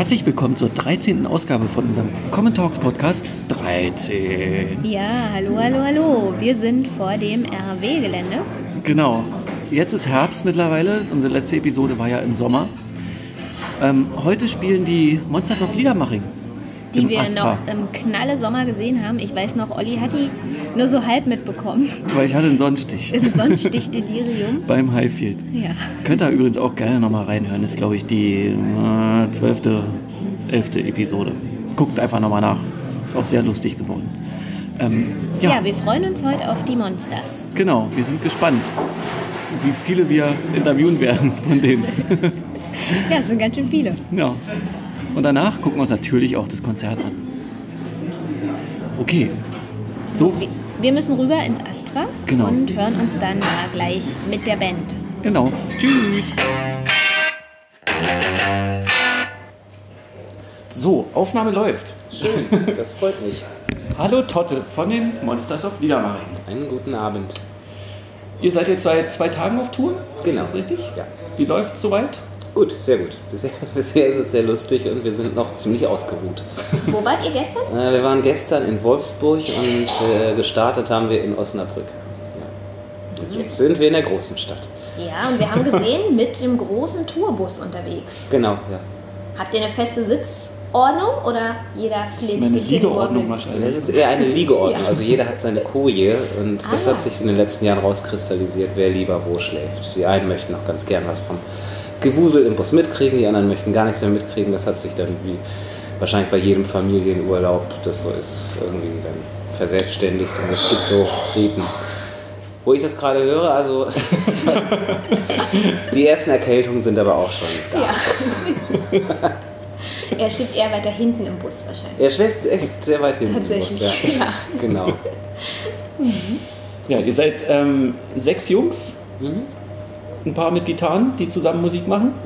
Herzlich willkommen zur 13. Ausgabe von unserem Common Talks Podcast 13. Ja, hallo. Wir sind vor dem RW-Gelände. Genau. Jetzt ist Herbst mittlerweile. Unsere letzte Episode war ja im Sommer. Heute spielen die Monsters of Liedermaching. Die wir Astra. noch im knalle Sommer gesehen haben. Ich weiß noch, Olli hat die nur so halb mitbekommen. Weil ich hatte einen Sonnenstich. Im Sonnenstich-Delirium. Beim Highfield. Ja. Könnt ihr übrigens auch gerne nochmal reinhören. Das ist, glaube ich, die 12., 11. Episode. Guckt einfach nochmal nach. Ist auch sehr lustig geworden. Ja, wir freuen uns heute auf die Monsters. Genau, wir sind gespannt, wie viele wir interviewen werden von denen. Ja, es sind ganz schön viele. Ja. Und danach gucken wir uns natürlich auch das Konzert an. Okay. So. Wir müssen rüber ins Astra Genau. und hören uns dann mal gleich mit der Band. Genau. Tschüss. So, Aufnahme läuft. Schön, das freut mich. Hallo Totte von den Monsters of Liedermaching. Einen guten Abend. Ihr seid jetzt seit 2 Tagen auf Tour? Genau. Ist das richtig? Ja. Wie läuft soweit? Gut, sehr gut. Bisher ist es sehr lustig und wir sind noch ziemlich ausgeruht. Wo wart ihr gestern? Wir waren gestern in Wolfsburg und gestartet haben wir in Osnabrück. Ja. Und jetzt sind wir in der großen Stadt. Ja, und wir haben gesehen, mit dem großen Tourbus unterwegs. Genau, ja. Habt ihr eine feste Sitzordnung oder jeder Das ist flitzt meine sich hin? Liegeordnung Das wahrscheinlich. ist eher eine Liegeordnung. Ja. Also jeder hat seine Koje und das Ah. hat sich in den letzten Jahren rauskristallisiert, wer lieber wo schläft. Die einen möchten noch ganz gern was vom Gewusel im Bus mitkriegen, die anderen möchten gar nichts mehr mitkriegen. Das hat sich dann wie wahrscheinlich bei jedem Familienurlaub, das so ist, irgendwie dann verselbstständigt und jetzt gibt es so Riten. Wo ich das gerade höre, also die ersten Erkältungen sind aber auch schon da. Ja. Er schläft eher weiter hinten im Bus wahrscheinlich. Er schläft echt sehr weit hinten. im Bus, Tatsächlich, ja. Genau. Ja, ihr seid 6 Jungs, Mhm. ein paar mit Gitarren, die zusammen Musik machen.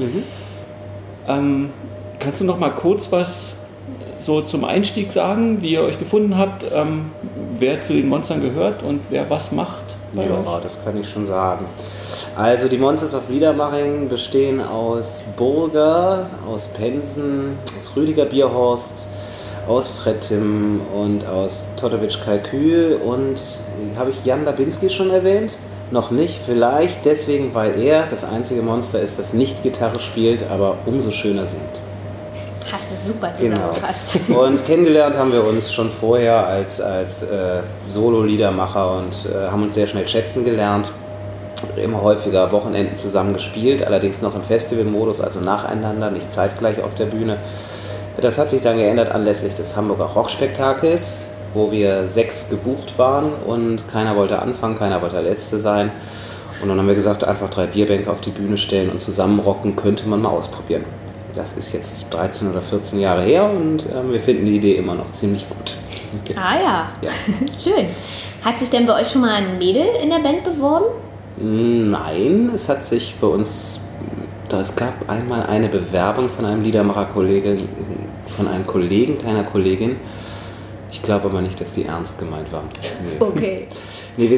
Mhm. Kannst du noch mal kurz was so zum Einstieg sagen, wie ihr euch gefunden habt, wer zu den Monstern gehört und wer was macht bei euch? Ja, das kann ich schon sagen. Also die Monsters of Liedermaching bestehen aus Burger, aus Pensen, aus Rüdiger Bierhorst, aus Frettim und aus Todowitsch Kalkül und habe ich Jan Dabinski schon erwähnt? Noch nicht, vielleicht deswegen, weil er das einzige Monster ist, das nicht Gitarre spielt, aber umso schöner singt. Hast du super Genau. zusammengefasst. Und kennengelernt haben wir uns schon vorher als Solo-Liedermacher und haben uns sehr schnell schätzen gelernt. Immer häufiger Wochenenden zusammen gespielt, allerdings noch im Festivalmodus, also nacheinander, nicht zeitgleich auf der Bühne. Das hat sich dann geändert anlässlich des Hamburger Rockspektakels, wo wir 6 gebucht waren und keiner wollte anfangen, keiner wollte der Letzte sein. Und dann haben wir gesagt, einfach 3 Bierbänke auf die Bühne stellen und zusammen rocken, könnte man mal ausprobieren. Das ist jetzt 13 oder 14 Jahre her und wir finden die Idee immer noch ziemlich gut. Ah ja. Ja. Schön. Hat sich denn bei euch schon mal ein Mädel in der Band beworben? Nein, es hat sich bei uns, es gab einmal eine Bewerbung von einem Liedermacher-Kollegen, von einem Kollegen, keiner Kollegin. Ich glaube aber nicht, dass die ernst gemeint war. Nee. Okay. Nee,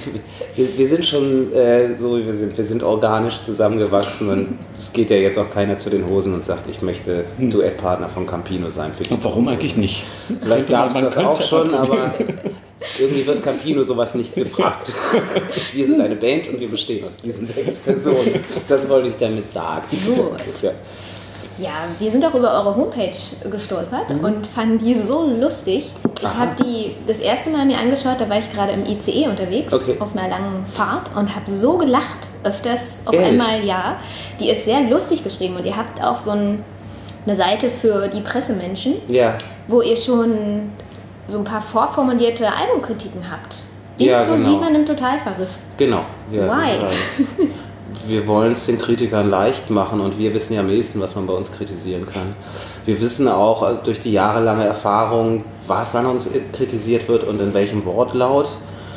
wir sind schon so wie wir sind. Wir sind organisch zusammengewachsen und es geht ja jetzt auch keiner zu den Hosen und sagt, ich möchte Duettpartner von Campino sein. Für die Und warum eigentlich nicht? Vielleicht gab es Man das könnte auch es ja schon, mal aber probieren. irgendwie wird Campino sowas nicht gefragt. Wir sind eine Band und wir bestehen aus diesen 6 Personen. Das wollte ich damit sagen. Gut. Ja. Ja, wir sind auch über eure Homepage gestolpert und fanden die so lustig. Ich habe die das erste Mal mir angeschaut, da war ich gerade im ICE unterwegs, Okay. auf einer langen Fahrt und habe so gelacht, öfters auf Ehrlich? einmal, ja. Die ist sehr lustig geschrieben und ihr habt auch so eine Seite für die Pressemenschen, Ja. wo ihr schon so ein paar vorformulierte Albumkritiken habt. Ja, Inklusive genau. einem Totalverriss. Genau. Ja, Why? Wir wollen es den Kritikern leicht machen und wir wissen ja am ehesten, was man bei uns kritisieren kann. Wir wissen auch also durch die jahrelange Erfahrung, was an uns kritisiert wird und in welchem Wortlaut.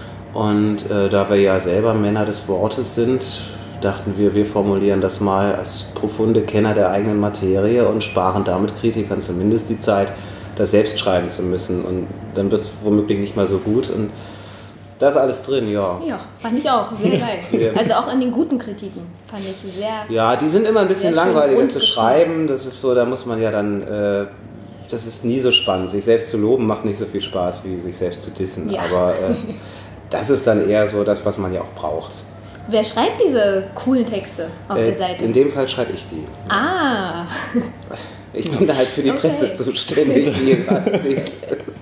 Und da wir ja selber Männer des Wortes sind, dachten wir formulieren das mal als profunde Kenner der eigenen Materie und sparen damit Kritikern zumindest die Zeit, das selbst schreiben zu müssen. Und dann wird es womöglich nicht mal so gut. Und Da ist alles drin, ja. Ja, fand ich auch. Sehr geil. Also auch in den guten Kritiken fand ich sehr... Ja, die sind immer ein bisschen langweiliger zu schreiben. Das ist so, da muss man ja dann... das ist nie so spannend. Sich selbst zu loben macht nicht so viel Spaß, wie sich selbst zu dissen. Ja. Aber das ist dann eher so das, was man ja auch braucht. Wer schreibt diese coolen Texte auf der Seite? In dem Fall schreibe ich die. Ah. Ich bin da halt für die Presse zuständig, wie ihr gerade seht.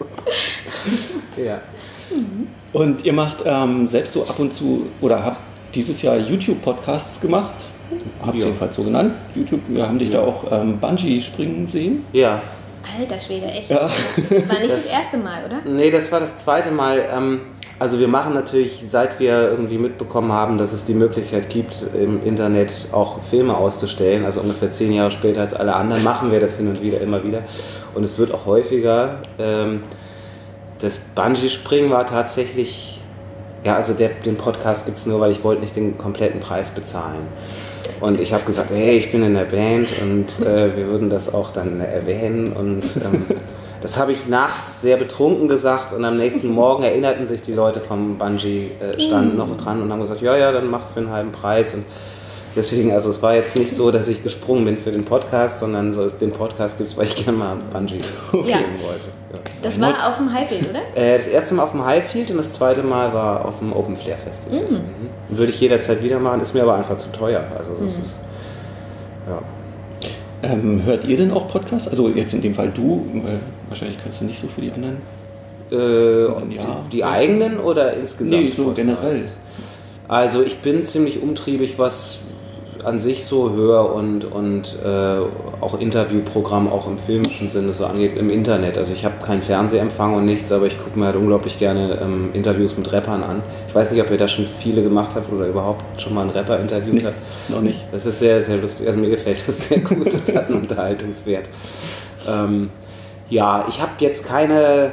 Ja. Und ihr macht selbst so ab und zu, oder habt dieses Jahr YouTube-Podcasts gemacht? Habt ihr jedenfalls so genannt. YouTube, wir haben dich da auch Bungee springen sehen. Ja. Alter Schwede, echt. Ja. Das war nicht das erste Mal, oder? Nee, das war das zweite Mal. Also wir machen natürlich, seit wir irgendwie mitbekommen haben, dass es die Möglichkeit gibt, im Internet auch Filme auszustellen, also ungefähr 10 Jahre später als alle anderen, machen wir das hin und wieder, immer wieder. Und es wird auch häufiger. Das Bungee-Springen war tatsächlich, ja, also den Podcast gibt es nur, weil ich wollte nicht den kompletten Preis bezahlen. Und ich habe gesagt, hey, ich bin in der Band und wir würden das auch dann erwähnen. Und das habe ich nachts sehr betrunken gesagt und am nächsten Morgen erinnerten sich die Leute vom Bungee-Stand noch dran und haben gesagt, ja, dann mach für einen halben Preis. Und deswegen, also es war jetzt nicht so, dass ich gesprungen bin für den Podcast, sondern so den Podcast gibt es, weil ich gerne mal Bungee gehen wollte. Ja. Das war auf dem Highfield, oder? Das erste Mal auf dem Highfield und das zweite Mal war auf dem Open Flair Festival. Würde ich jederzeit wieder machen, ist mir aber einfach zu teuer. Also das ist, ja. Hört ihr denn auch Podcasts? Also jetzt in dem Fall du, wahrscheinlich kannst du nicht so für die anderen. Die eigenen oder insgesamt? Nee, so generell. Also ich bin ziemlich umtriebig, was an sich so höre und auch Interviewprogramm auch im filmischen Sinne so angeht, im Internet. Also ich habe keinen Fernsehempfang und nichts, aber ich gucke mir halt unglaublich gerne Interviews mit Rappern an. Ich weiß nicht, ob ihr da schon viele gemacht habt oder überhaupt schon mal einen Rapper interviewt habt. Noch nicht. Das ist sehr, sehr lustig. Also mir gefällt das sehr gut. Das hat einen Unterhaltungswert. Ja, ich habe jetzt keinen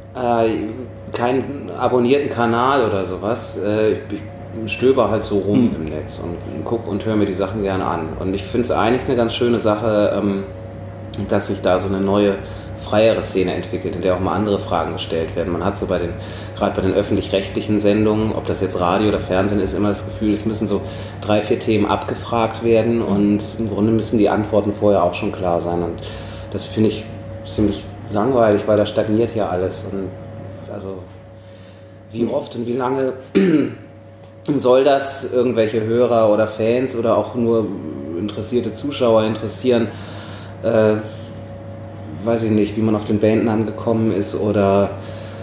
abonnierten Kanal oder sowas. Ich stöber halt so rum im Netz und gucke und höre mir die Sachen gerne an. Und ich finde es eigentlich eine ganz schöne Sache, dass sich da so eine neue, freiere Szene entwickelt, in der auch mal andere Fragen gestellt werden. Man hat so gerade bei den öffentlich-rechtlichen Sendungen, ob das jetzt Radio oder Fernsehen ist, immer das Gefühl, es müssen so 3-4 Themen abgefragt werden und im Grunde müssen die Antworten vorher auch schon klar sein. Und das finde ich ziemlich langweilig, weil da stagniert ja alles. Und also wie oft und wie lange soll das irgendwelche Hörer oder Fans oder auch nur interessierte Zuschauer interessieren? Weiß ich nicht, wie man auf den Bandnamen gekommen ist oder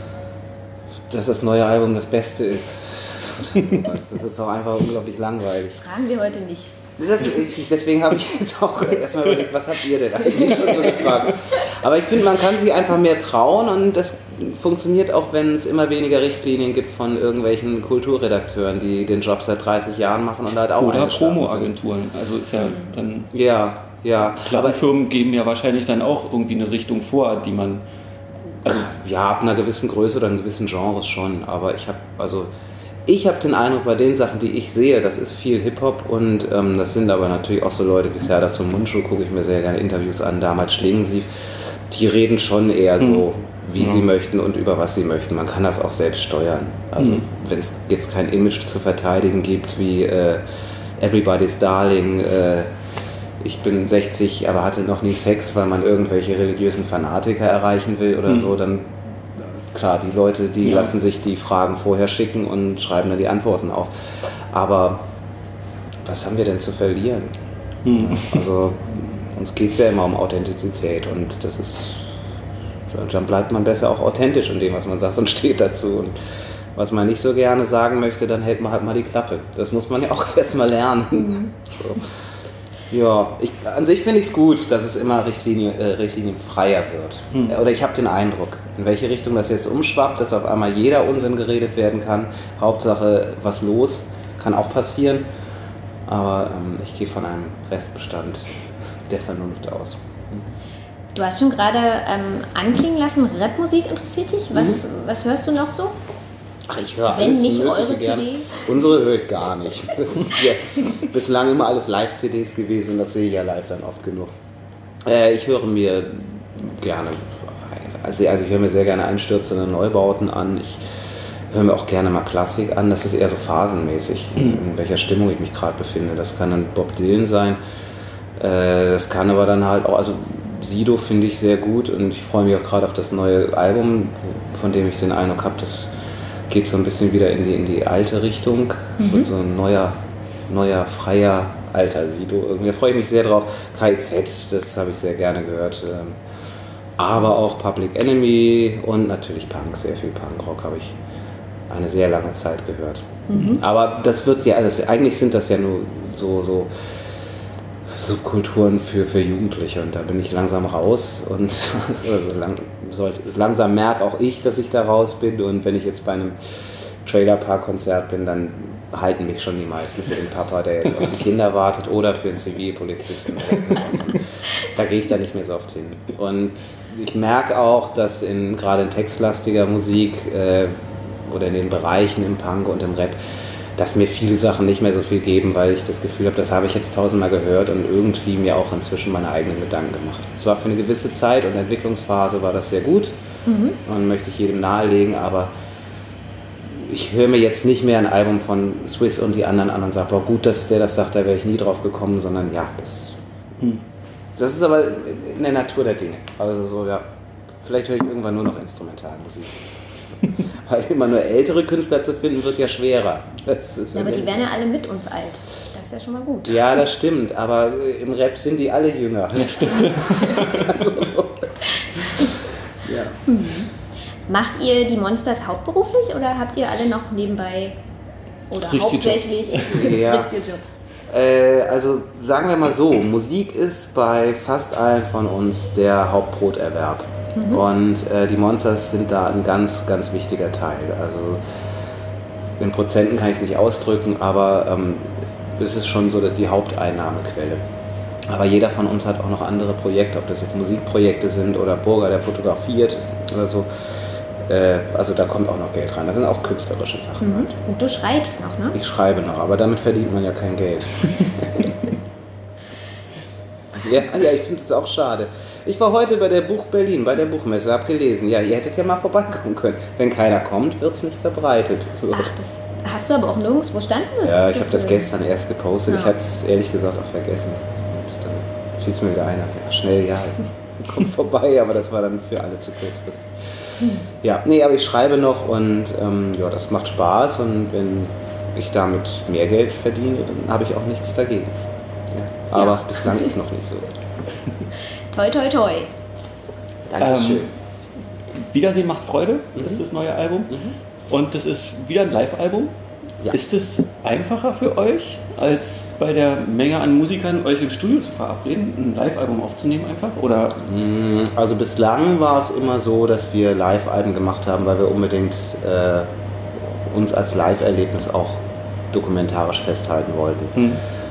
dass das neue Album das Beste ist. Das ist auch einfach unglaublich langweilig. Fragen wir heute nicht. Deswegen habe ich jetzt auch erstmal überlegt, was habt ihr denn eigentlich so gefragt? Aber ich finde, man kann sich einfach mehr trauen und das funktioniert auch, wenn es immer weniger Richtlinien gibt von irgendwelchen Kulturredakteuren, die den Job seit 30 Jahren machen und halt auch oder Promo-Agenturen. Also ist ja dann... Ja. Firmen geben ja wahrscheinlich dann auch irgendwie eine Richtung vor, die man... Also ja, ab einer gewissen Größe oder einem gewissen Genres schon, aber ich habe den Eindruck, bei den Sachen, die ich sehe, das ist viel Hip-Hop und das sind aber natürlich auch so Leute wie Serdar zum Mundschuh, gucke ich mir sehr gerne Interviews an, damals Schlingensief, die reden schon eher so, wie sie möchten und über was sie möchten. Man kann das auch selbst steuern. Also wenn es jetzt kein Image zu verteidigen gibt wie Everybody's Darling, ich bin 60, aber hatte noch nie Sex, weil man irgendwelche religiösen Fanatiker erreichen will oder so, dann klar, die Leute, die lassen sich die Fragen vorher schicken und schreiben dann die Antworten auf. Aber was haben wir denn zu verlieren? Also uns geht es ja immer um Authentizität und dann bleibt man besser auch authentisch in dem, was man sagt und steht dazu. Und was man nicht so gerne sagen möchte, dann hält man halt mal die Klappe. Das muss man ja auch erstmal lernen. So. Ja, an sich finde ich es gut, dass es immer richtlinienfreier wird. Oder ich habe den Eindruck, in welche Richtung das jetzt umschwappt, dass auf einmal jeder Unsinn geredet werden kann. Hauptsache, was los, kann auch passieren. Aber ich gehe von einem Restbestand der Vernunft aus. Du hast schon gerade anklingen lassen, Rapmusik interessiert dich? Was hörst du noch so? Ach, ich höre Wenn alles nicht Mögliche eure gerne. CD? Unsere höre ich gar nicht. Das ist ja bislang immer alles Live-CDs gewesen und das sehe ich ja live dann oft genug. Ich höre mir gerne, also ich höre mir sehr gerne einstürzende Neubauten an. hören wir auch gerne mal Klassik an. Das ist eher so phasenmäßig, in welcher Stimmung ich mich gerade befinde. Das kann dann Bob Dylan sein. Das kann aber dann halt auch, also Sido finde ich sehr gut und ich freue mich auch gerade auf das neue Album, von dem ich den Eindruck habe, das geht so ein bisschen wieder in die alte Richtung. Es wird so ein neuer, freier, alter Sido. Irgendwie, da freue ich mich sehr drauf. KIZ, das habe ich sehr gerne gehört. Aber auch Public Enemy und natürlich Punk, sehr viel Punkrock habe ich eine sehr lange Zeit gehört. Aber das wird ja alles, eigentlich sind das ja nur so Subkulturen für Jugendliche und da bin ich langsam raus und langsam merke auch ich, dass ich da raus bin und wenn ich jetzt bei einem Trailerpark-Konzert bin, dann halten mich schon die meisten für den Papa, der jetzt auf die Kinder wartet oder für einen Zivilpolizisten. Da gehe ich da nicht mehr so oft hin. Und ich merke auch, dass gerade in textlastiger Musik oder in den Bereichen im Punk und im Rap, dass mir viele Sachen nicht mehr so viel geben, weil ich das Gefühl habe, das habe ich jetzt tausendmal gehört und irgendwie mir auch inzwischen meine eigenen Gedanken gemacht. Zwar für eine gewisse Zeit und Entwicklungsphase war das sehr gut und möchte ich jedem nahelegen, aber ich höre mir jetzt nicht mehr ein Album von Swiss und die anderen an und sage, boah, gut, dass der das sagt, da wäre ich nie drauf gekommen, sondern ja, das ist aber in der Natur der Dinge. Also so, ja, vielleicht höre ich irgendwann nur noch Instrumentalmusik. Weil immer nur ältere Künstler zu finden, wird ja schwerer. Aber die werden ja alle mit uns alt. Das ist ja schon mal gut. Ja, das stimmt. Aber im Rap sind die alle jünger. Das stimmt. Also so. Ja. Macht ihr die Monsters hauptberuflich oder habt ihr alle noch nebenbei oder Richtige hauptsächlich richtige Jobs? Also sagen wir mal so, Musik ist bei fast allen von uns der Hauptbroterwerb. Und die Monsters sind da ein ganz, ganz wichtiger Teil. Also in Prozenten kann ich es nicht ausdrücken, aber es ist schon so die Haupteinnahmequelle. Aber jeder von uns hat auch noch andere Projekte, ob das jetzt Musikprojekte sind oder Burger, der fotografiert oder so. Also da kommt auch noch Geld rein. Das sind auch künstlerische Sachen. Halt. Und du schreibst noch, ne? Ich schreibe noch, aber damit verdient man ja kein Geld. Ja, ich finde es auch schade. Ich war heute bei der Buch Berlin, bei der Buchmesse, habe gelesen. Ja, ihr hättet ja mal vorbeikommen können. Wenn keiner kommt, wird es nicht verbreitet. So. Ach, das hast du aber auch nirgendwo standen müssen. Ja, ich habe das gestern erst gepostet. Ja. Ich hatte es ehrlich gesagt auch vergessen. Und dann fiel es mir wieder ein. Ja, schnell, ja, kommt vorbei, aber das war dann für alle zu kurzfristig. Ja, nee, aber ich schreibe noch und ja, das macht Spaß und wenn ich damit mehr Geld verdiene, dann habe ich auch nichts dagegen. Ja. Aber bislang ist noch nicht so. Toi, toi, toi. Dankeschön. Wiedersehen macht Freude, das ist das neue Album. Und das ist wieder ein Live-Album. Ja. Ist es einfacher für euch, als bei der Menge an Musikern euch im Studio zu verabreden, ein Live-Album aufzunehmen einfach? Oder? Also bislang war es immer so, dass wir Live-Alben gemacht haben, weil wir unbedingt uns als Live-Erlebnis auch dokumentarisch festhalten wollten.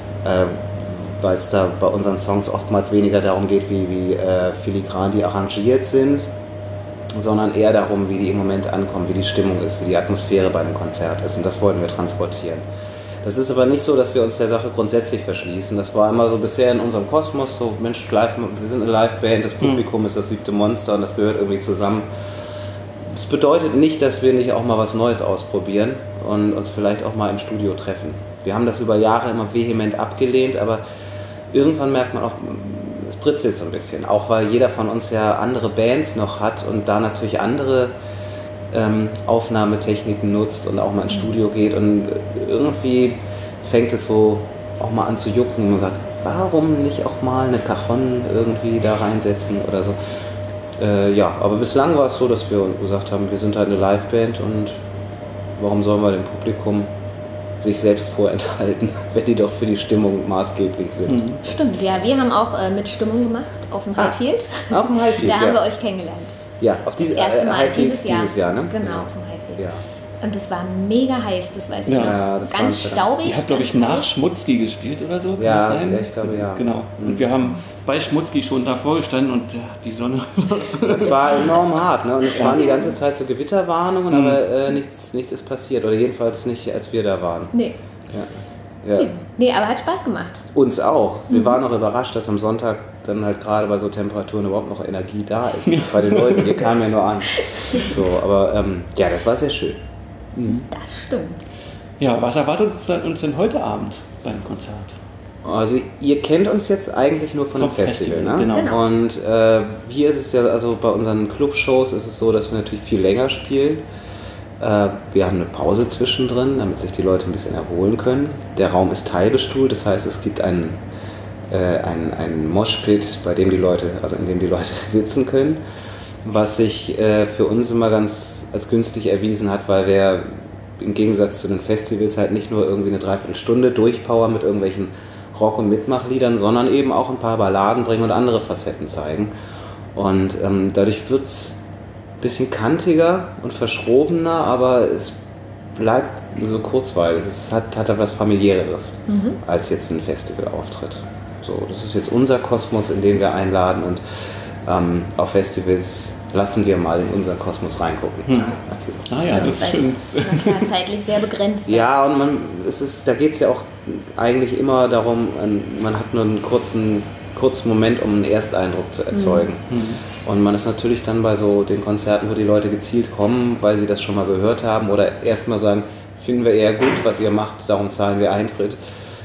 Weil es da bei unseren Songs oftmals weniger darum geht, wie filigran die arrangiert sind, sondern eher darum, wie die im Moment ankommen, wie die Stimmung ist, wie die Atmosphäre bei einem Konzert ist. Und das wollten wir transportieren. Das ist aber nicht so, dass wir uns der Sache grundsätzlich verschließen. Das war immer so bisher in unserem Kosmos, so Mensch, live, wir sind eine Liveband, das Publikum ist das 7. Monster und das gehört irgendwie zusammen. Das bedeutet nicht, dass wir nicht auch mal was Neues ausprobieren und uns vielleicht auch mal im Studio treffen. Wir haben das über Jahre immer vehement abgelehnt, aber irgendwann merkt man auch, es britzelt so ein bisschen. Auch weil jeder von uns ja andere Bands noch hat und da natürlich andere Aufnahmetechniken nutzt und auch mal ins Studio geht. Und irgendwie fängt es so auch mal an zu jucken und man sagt, warum nicht auch mal eine Cajon irgendwie da reinsetzen oder so. Ja, aber bislang war es so, dass wir gesagt haben, wir sind halt eine Liveband und warum sollen wir dem Publikum sich selbst vorenthalten, wenn die doch für die Stimmung maßgeblich sind. Stimmt, ja, wir haben auch mit Stimmung gemacht auf dem Highfield. Auf dem Highfield, da haben wir euch kennengelernt. Ja, auf dieses erste Mal dieses Jahr. Ne? Genau, auf dem Highfield. Ja. Und das war mega heiß, das weiß ich noch. Das ganz staubig. Ihr habt, glaube ich, nach Schmutzki gespielt oder so, kann ja, das sein? Ja, ich glaube, ja. Genau. Und wir haben bei Schmutzki schon davor gestanden und die Sonne... Das war enorm hart, ne? Und es waren die ganze Zeit so Gewitterwarnungen, aber nichts ist passiert. Oder jedenfalls nicht, als wir da waren. Nee. Ja. Nee, aber hat Spaß gemacht. Uns auch. Wir waren auch überrascht, dass am Sonntag dann halt gerade bei so Temperaturen überhaupt noch Energie da ist. Bei den Leuten, die kamen ja nur an. So, aber ja, das war sehr schön. Das stimmt. Ja, was erwartet uns denn heute Abend beim Konzert? Also ihr kennt uns jetzt eigentlich nur von dem Festival, ne? Genau. Und hier ist es ja, also bei unseren Clubshows ist es so, dass wir natürlich viel länger spielen. Wir haben eine Pause zwischendrin, damit sich die Leute ein bisschen erholen können. Der Raum ist teilbestuhlt, das heißt, es gibt einen Moshpit, in dem die Leute sitzen können, was sich für uns immer ganz als günstig erwiesen hat, weil wir im Gegensatz zu den Festivals halt nicht nur irgendwie eine Dreiviertelstunde durchpowern mit irgendwelchen Rock- und Mitmachliedern, sondern eben auch ein paar Balladen bringen und andere Facetten zeigen. Und dadurch wird es ein bisschen kantiger und verschrobener, aber es bleibt so kurzweilig. Es hat etwas Familiäreres als jetzt ein Festivalauftritt. So, das ist jetzt unser Kosmos, in den wir einladen, und auf Festivals lassen wir mal in unseren Kosmos reingucken. Ja, das ist schön. Manchmal zeitlich sehr begrenzt. Ja, und da geht es ja auch eigentlich immer darum, man hat nur einen kurzen Moment, um einen Ersteindruck zu erzeugen. Und man ist natürlich dann bei so den Konzerten, wo die Leute gezielt kommen, weil sie das schon mal gehört haben oder erstmal sagen, finden wir eher gut, was ihr macht, darum zahlen wir Eintritt.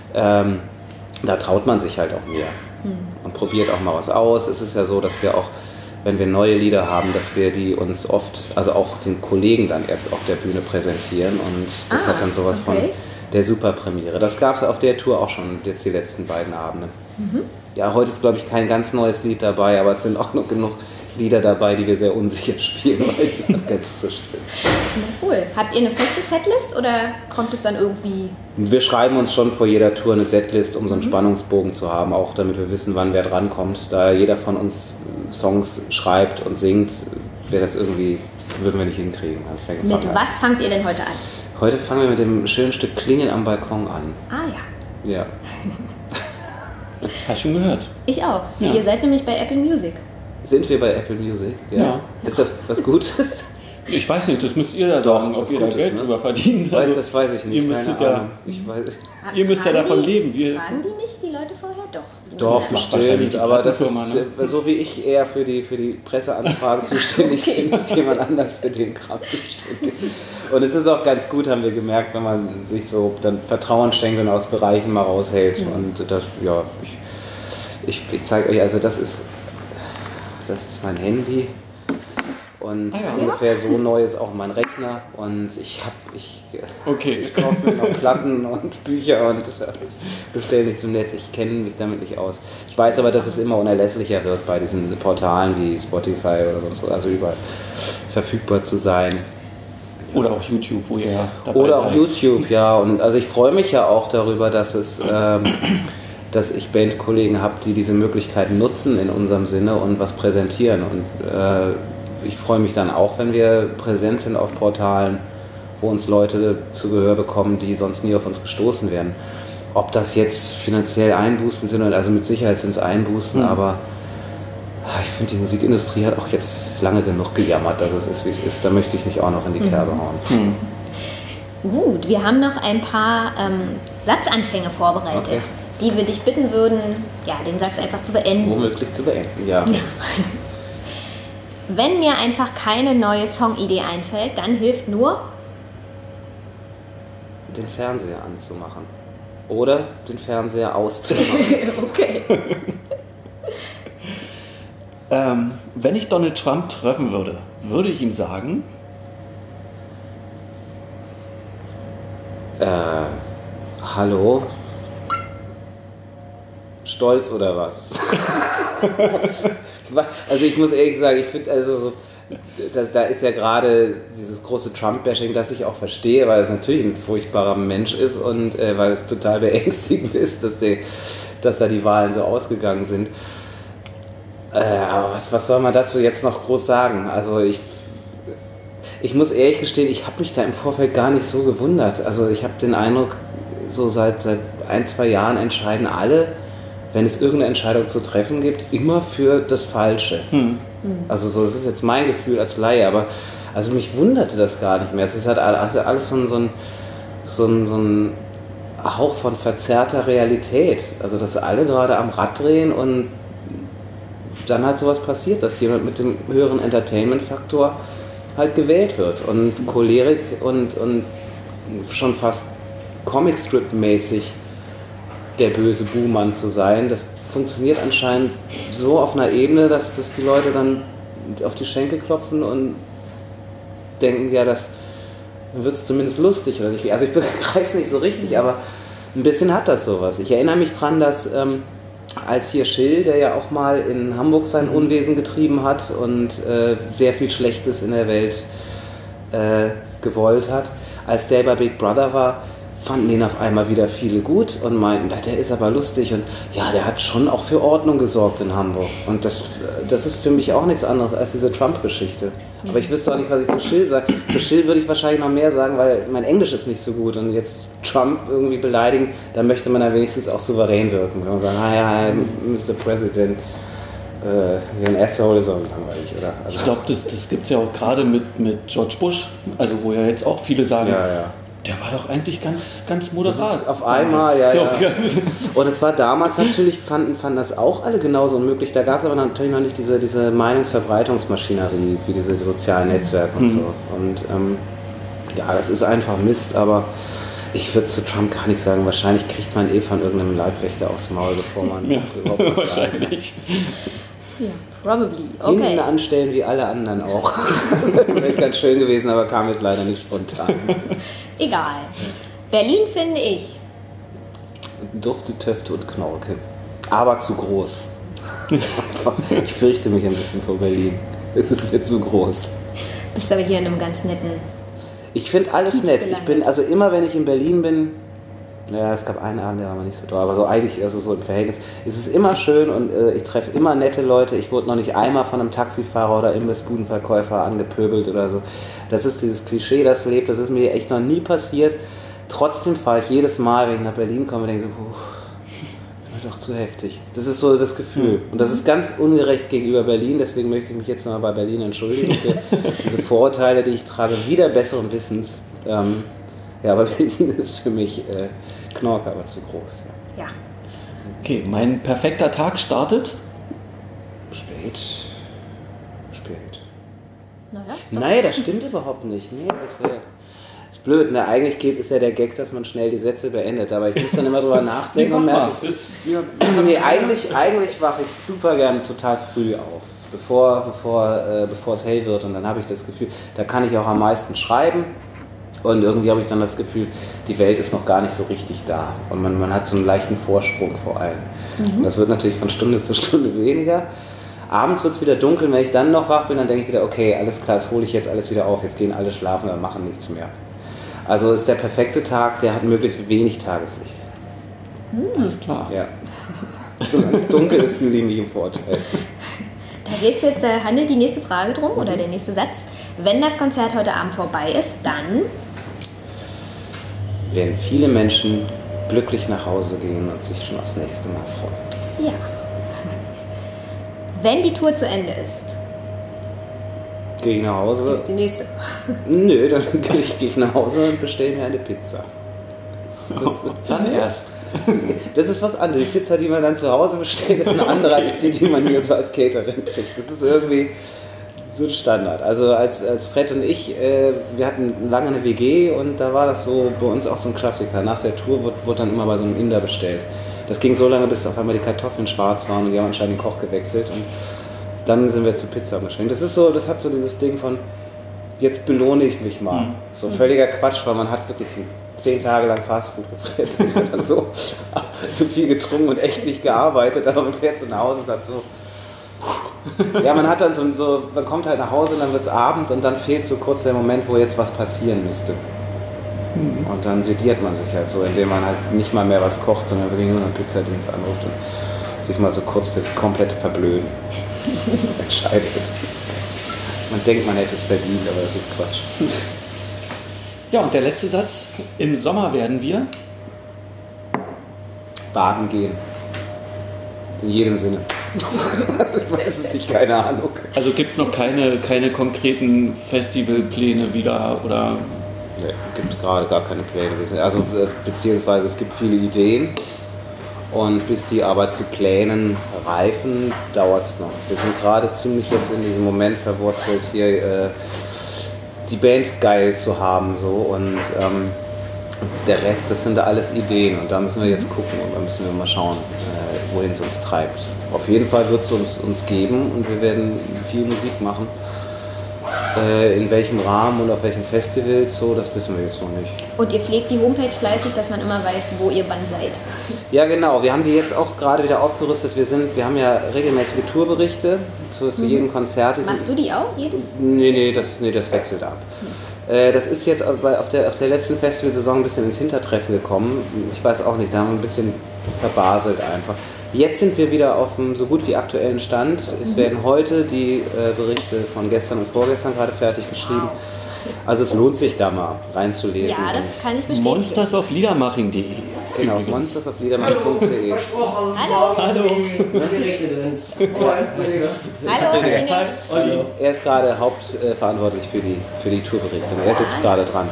Da traut man sich halt auch mehr und probiert auch mal was aus. Es ist ja so, dass wir auch, wenn wir neue Lieder haben, dass wir die uns oft, also auch den Kollegen dann erst auf der Bühne präsentieren, und das hat dann sowas von der Superpremiere. Das gab es auf der Tour auch schon, jetzt die letzten beiden Abende. Ja, heute ist, glaube ich, kein ganz neues Lied dabei, aber es sind auch noch genug Lieder dabei, die wir sehr unsicher spielen, weil die noch ganz frisch sind. Na cool. Habt ihr eine feste Setlist oder kommt es dann irgendwie? Wir schreiben uns schon vor jeder Tour eine Setlist, um so einen Spannungsbogen zu haben, auch damit wir wissen, wann wer drankommt. Da jeder von uns Songs schreibt und singt, das würden wir nicht hinkriegen. Mit was fangt ihr denn heute an? Heute fangen wir mit dem schönen Stück Klingeln am Balkon an. Ah ja. Ja. Hast du schon gehört? Ich auch. Ja. Ihr seid nämlich bei Apple Music. Sind wir bei Apple Music? Ja. Ist das was Gutes? Ich weiß nicht, das müsst ihr da sagen, ob ihr da Geld drüber verdient. Das weiß ich nicht. Ihr müsstet ja, ihr müsst ja davon leben. Fragen die nicht die Leute vorher? Doch. Doch, bestimmt, aber das ist, so wie ich eher für die Presseanfragen zuständig bin, ist jemand anders für den Kram zuständig. Und es ist auch ganz gut, haben wir gemerkt, wenn man sich so dann Vertrauen schenkt und aus Bereichen mal raushält. Und das, ja, ich zeige euch, also das ist mein Handy. Und ungefähr so neu ist auch mein Rechner, und ich kaufe mir noch Platten und Bücher und bestelle nicht zum Netz. Ich kenne mich damit nicht aus. Ich weiß aber, dass es immer unerlässlicher wird, bei diesen Portalen wie Spotify oder sonst was, also überall verfügbar zu sein. Oder auch YouTube, wo ihr dabei Oder seid. auch YouTube, ja. Und also ich freue mich ja auch darüber, dass ich Bandkollegen habe, die diese Möglichkeiten nutzen in unserem Sinne und was präsentieren. Und ich freue mich dann auch, wenn wir präsent sind auf Portalen, wo uns Leute zu Gehör bekommen, die sonst nie auf uns gestoßen wären. Ob das jetzt finanziell Einbußen sind, also mit Sicherheit sind es Einbußen, aber ich finde, die Musikindustrie hat auch jetzt lange genug gejammert, dass es ist, wie es ist. Da möchte ich nicht auch noch in die Kerbe hauen. Gut, wir haben noch ein paar Satzanfänge vorbereitet, die wir dich bitten würden, ja, den Satz einfach zu beenden. Womöglich zu beenden, ja. Wenn mir einfach keine neue Songidee einfällt, dann hilft nur, den Fernseher anzumachen. Oder den Fernseher auszumachen. Okay. Wenn ich Donald Trump treffen würde, würde ich ihm sagen? Hallo? Stolz oder was? Also ich muss ehrlich sagen, ich finde, also so, da ist ja gerade dieses große Trump-Bashing, das ich auch verstehe, weil es natürlich ein furchtbarer Mensch ist und weil es total beängstigend ist, dass da die Wahlen so ausgegangen sind. Aber was soll man dazu jetzt noch groß sagen? Also ich muss ehrlich gestehen, ich habe mich da im Vorfeld gar nicht so gewundert. Also ich habe den Eindruck, so seit 1-2 Jahren entscheiden alle, wenn es irgendeine Entscheidung zu treffen gibt, immer für das Falsche. Also so, das ist jetzt mein Gefühl als Laie, aber also mich wunderte das gar nicht mehr. Es ist halt alles so ein Hauch von verzerrter Realität. Also dass alle gerade am Rad drehen und dann halt sowas passiert, dass jemand mit dem höheren Entertainment-Faktor halt gewählt wird. Und Cholerik und schon fast Comicstrip-mäßig der böse Buhmann zu sein, das funktioniert anscheinend so auf einer Ebene, dass die Leute dann auf die Schenkel klopfen und denken, ja, das wird es zumindest lustig. Oder nicht. Also ich begreife es nicht so richtig, aber ein bisschen hat das sowas. Ich erinnere mich dran, dass als hier Schill, der ja auch mal in Hamburg sein Unwesen getrieben hat und sehr viel Schlechtes in der Welt gewollt hat, als der bei Big Brother war, fanden den auf einmal wieder viele gut und meinten, der ist aber lustig und ja, der hat schon auch für Ordnung gesorgt in Hamburg. Und das ist für mich auch nichts anderes als diese Trump-Geschichte. Aber ich wüsste auch nicht, was ich zu Schill sage. Zu Schill würde ich wahrscheinlich noch mehr sagen, weil mein Englisch ist nicht so gut und jetzt Trump irgendwie beleidigen, da möchte man dann wenigstens auch souverän wirken. Wenn man sagen, hi, Mr. President, ein Asshole ist auch langweilig, oder? Also ich glaube, das gibt es ja auch gerade mit George Bush, also wo ja jetzt auch viele sagen, der war doch eigentlich ganz moderat. Auf einmal, ja. Und es war damals natürlich, fanden das auch alle genauso unmöglich. Da gab es aber natürlich noch nicht diese Meinungsverbreitungsmaschinerie, wie diese sozialen Netzwerke und so. Und das ist einfach Mist, aber ich würde zu Trump gar nicht sagen, wahrscheinlich kriegt man von irgendeinem Leibwächter aufs Maul, bevor man überhaupt was wahrscheinlich. Ja, probably. Okay. Hinten anstellen wie alle anderen auch. Das wäre vielleicht ganz schön gewesen, aber kam jetzt leider nicht spontan. Egal. Berlin finde ich. Dufte, Töfte und Knorke. Aber zu groß. Ich fürchte mich ein bisschen vor Berlin. Es ist mir zu groß. Bist aber hier in einem ganz netten... Ich finde alles Kiez nett. gelandet. Ich bin, also immer wenn ich in Berlin bin, ja, es gab einen Abend, der war mal nicht so toll, aber so eigentlich, also so im Verhältnis, es ist immer schön und ich treffe immer nette Leute. Ich wurde noch nicht einmal von einem Taxifahrer oder Imbissbudenverkäufer angepöbelt oder so. Das ist dieses Klischee, das lebt, das ist mir echt noch nie passiert. Trotzdem fahre ich jedes Mal, wenn ich nach Berlin komme, denke so, das wird doch zu heftig. Das ist so das Gefühl. Und das ist ganz ungerecht gegenüber Berlin, deswegen möchte ich mich jetzt nochmal bei Berlin entschuldigen für diese Vorurteile, die ich trage, wieder besseren Wissens. Ja, aber Berlin ist für mich Knorke, aber zu groß. Ja. Okay, mein perfekter Tag startet. Spät. Naja, Nein, das stimmt überhaupt nicht. Nee, das ist blöd. Ne? Eigentlich ist ja der Gag, dass man schnell die Sätze beendet. Aber ich muss dann immer drüber nachdenken und merke, eigentlich wache ich super gern total früh auf, bevor es hell wird. Und dann habe ich das Gefühl, da kann ich auch am meisten schreiben. Und irgendwie habe ich dann das Gefühl, die Welt ist noch gar nicht so richtig da. Und man hat so einen leichten Vorsprung vor allem. Und das wird natürlich von Stunde zu Stunde weniger. Abends wird es wieder dunkel, wenn ich dann noch wach bin, dann denke ich wieder, okay, alles klar, das hole ich jetzt alles wieder auf. Jetzt gehen alle schlafen und machen nichts mehr. Also ist der perfekte Tag, der hat möglichst wenig Tageslicht. Alles klar. Ja. So ganz dunkel ist, fühle ich mich im Vorteil. Da geht's jetzt, handelt die nächste Frage drum oder der nächste Satz. Wenn das Konzert heute Abend vorbei ist, dann werden viele Menschen glücklich nach Hause gehen und sich schon aufs nächste Mal freuen. ja. Wenn die Tour zu Ende ist, Gehe ich nach Hause? gibt's die nächste. Nö, dann gehe ich nach Hause und bestelle mir eine Pizza. Dann erst. Das ist was anderes. Die Pizza, die man dann zu Hause bestellt, ist eine andere als die man hier so als Caterin kriegt. Das ist irgendwie so ein Standard. Also als Fred und ich, wir hatten lange eine WG und da war das so bei uns auch so ein Klassiker. Nach der Tour wurde dann immer bei so einem Inder bestellt. Das ging so lange, bis auf einmal die Kartoffeln schwarz waren und die haben anscheinend den Koch gewechselt und dann sind wir zur Pizza umgeschwenkt. Das hat so dieses Ding von, jetzt belohne ich mich mal. So völliger Quatsch, weil man hat wirklich so 10 Tage lang Fastfood gefressen und dann so viel getrunken und echt nicht gearbeitet, aber man fährt so nach Hause und sagt so, ja, man hat dann man kommt halt nach Hause und dann wird es Abend und dann fehlt so kurz der Moment, wo jetzt was passieren müsste. Und dann sediert man sich halt so, indem man halt nicht mal mehr was kocht, sondern wirklich nur einen Pizzadienst anruft und sich mal so kurz fürs komplette Verblöden entscheidet. Man denkt, man hätte es verdient, aber das ist Quatsch. Ja, und der letzte Satz. Im Sommer werden wir baden gehen. In jedem Sinne. Ich weiß es nicht, keine Ahnung. Also gibt es noch keine konkreten Festivalpläne wieder oder? Nee, gibt gerade gar keine Pläne. Also beziehungsweise es gibt viele Ideen und bis die aber zu Plänen reifen, dauert es noch. Wir sind gerade ziemlich jetzt in diesem Moment verwurzelt hier die Band geil zu haben. So. Und der Rest, das sind da alles Ideen. Und da müssen wir jetzt gucken und da müssen wir mal schauen, wohin es uns treibt. Auf jeden Fall wird es uns geben und wir werden viel Musik machen. In welchem Rahmen und auf welchen Festivals, so, das wissen wir jetzt noch nicht. Und ihr pflegt die Homepage fleißig, dass man immer weiß, wo ihr wann seid. Ja, genau. Wir haben die jetzt auch gerade wieder aufgerüstet. Wir haben ja regelmäßige Tourberichte zu jedem Konzert. Machst du die auch? Jedes? Nee, das wechselt ab. Das ist jetzt auf der letzten Festivalsaison ein bisschen ins Hintertreffen gekommen. Ich weiß auch nicht, da haben wir ein bisschen verbaselt einfach. Jetzt sind wir wieder auf einem so gut wie aktuellen Stand. Es werden heute die Berichte von gestern und vorgestern gerade fertig geschrieben. Also es lohnt sich da mal reinzulesen. Ja, das kann ich bestätigen. monstersofliedermaching.de. Genau, auf monstersofliedermaching.de. Hallo. Hallo. Hallo, Inge. Olli. Er ist gerade hauptverantwortlich für die Tourberichte und er sitzt gerade dran.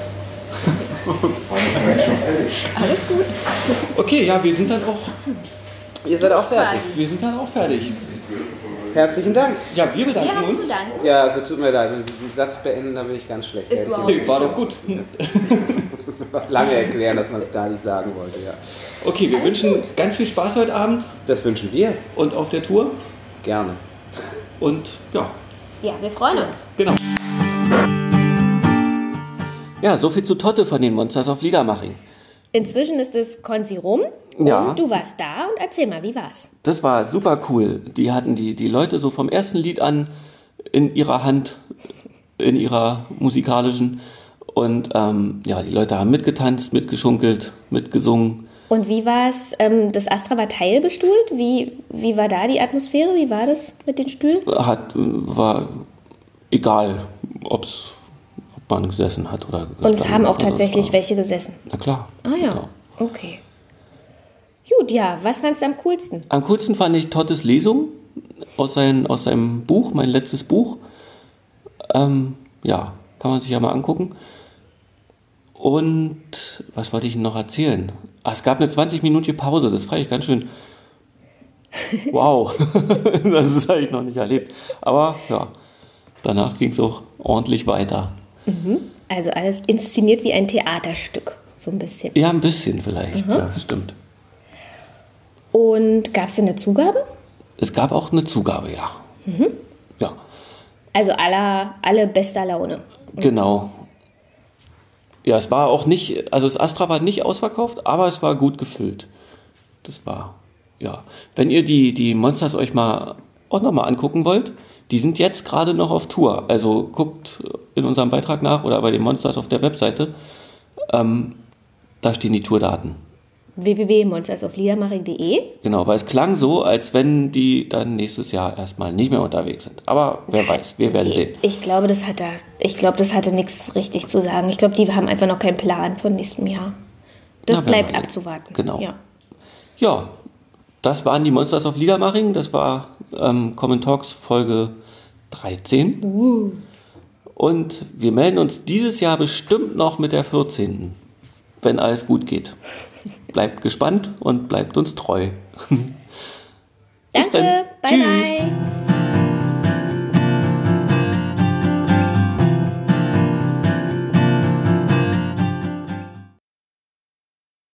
Alles gut. Okay, ja, wir sind dann auch Ihr seid auch fertig. fertig. Herzlichen Dank. Ja, wir Wir bedanken haben uns. zu danken. Ja, also tut mir leid, wenn ich den Satz beenden, da bin ich ganz schlecht. Ist überhaupt Nee, war doch gut. Lange erklären, dass man es gar nicht sagen wollte, ja. Okay, wir wünschen ganz viel Spaß heute Abend Das wünschen wir. und auf der Tour. Gerne. Und ja, Ja, wir freuen uns. genau. Ja, soviel zu Totte von den Monsters of Liedermaching. Inzwischen ist es Konzi rum. Ja. Und du warst da und erzähl mal, wie war's? Das war super cool. Die hatten die Leute so vom ersten Lied an in ihrer Hand, in ihrer musikalischen. Und ja, die Leute haben mitgetanzt, mitgeschunkelt, mitgesungen. Und wie war's? Das Astra war teilbestuhlt. Wie war da die Atmosphäre? Wie war das mit den Stühlen? War egal, ob man gesessen hat oder gestanden. Und es haben auch Also tatsächlich war, welche gesessen. Na klar. Ah ja, okay. Gut, ja, was fandst du am coolsten? Am coolsten fand ich Tottes Lesung aus seinem Buch, mein letztes Buch. Ja, kann man sich ja mal angucken. Und was wollte ich Ihnen noch erzählen? Es gab eine 20-minütige Pause, das fand ich ganz schön. Wow, das habe ich noch nicht erlebt. Aber ja, danach ging es auch ordentlich weiter. Also alles inszeniert wie ein Theaterstück, so ein bisschen. Ja, ein bisschen vielleicht, ja, stimmt. Und gab es denn eine Zugabe? Es gab auch eine Zugabe, ja. Ja, Also alle bester Laune. genau. Ja, es war auch nicht, also das Astra war nicht ausverkauft, aber es war gut gefüllt. Das war, ja. Wenn ihr die Monsters euch auch nochmal angucken wollt, die sind jetzt gerade noch auf Tour. Also guckt in unserem Beitrag nach oder bei den Monsters auf der Webseite. Da stehen die Tourdaten. www.monstersofliedermaching.de. Genau, weil es klang so, als wenn die dann nächstes Jahr erstmal nicht mehr unterwegs sind. Aber wer weiß, wir werden sehen. Ich glaube, das hatte nichts richtig zu sagen. Ich glaube, die haben einfach noch keinen Plan von nächstem Jahr. Das Na, werden bleibt wir sehen. abzuwarten. Genau. Ja. Ja, das waren die Monsters of Liedermaching. Das war Common Talks Folge 13. Und wir melden uns dieses Jahr bestimmt noch mit der 14. Wenn alles gut geht. Bleibt gespannt und bleibt uns treu. Bis Danke, dann. bye Tschüss. bye.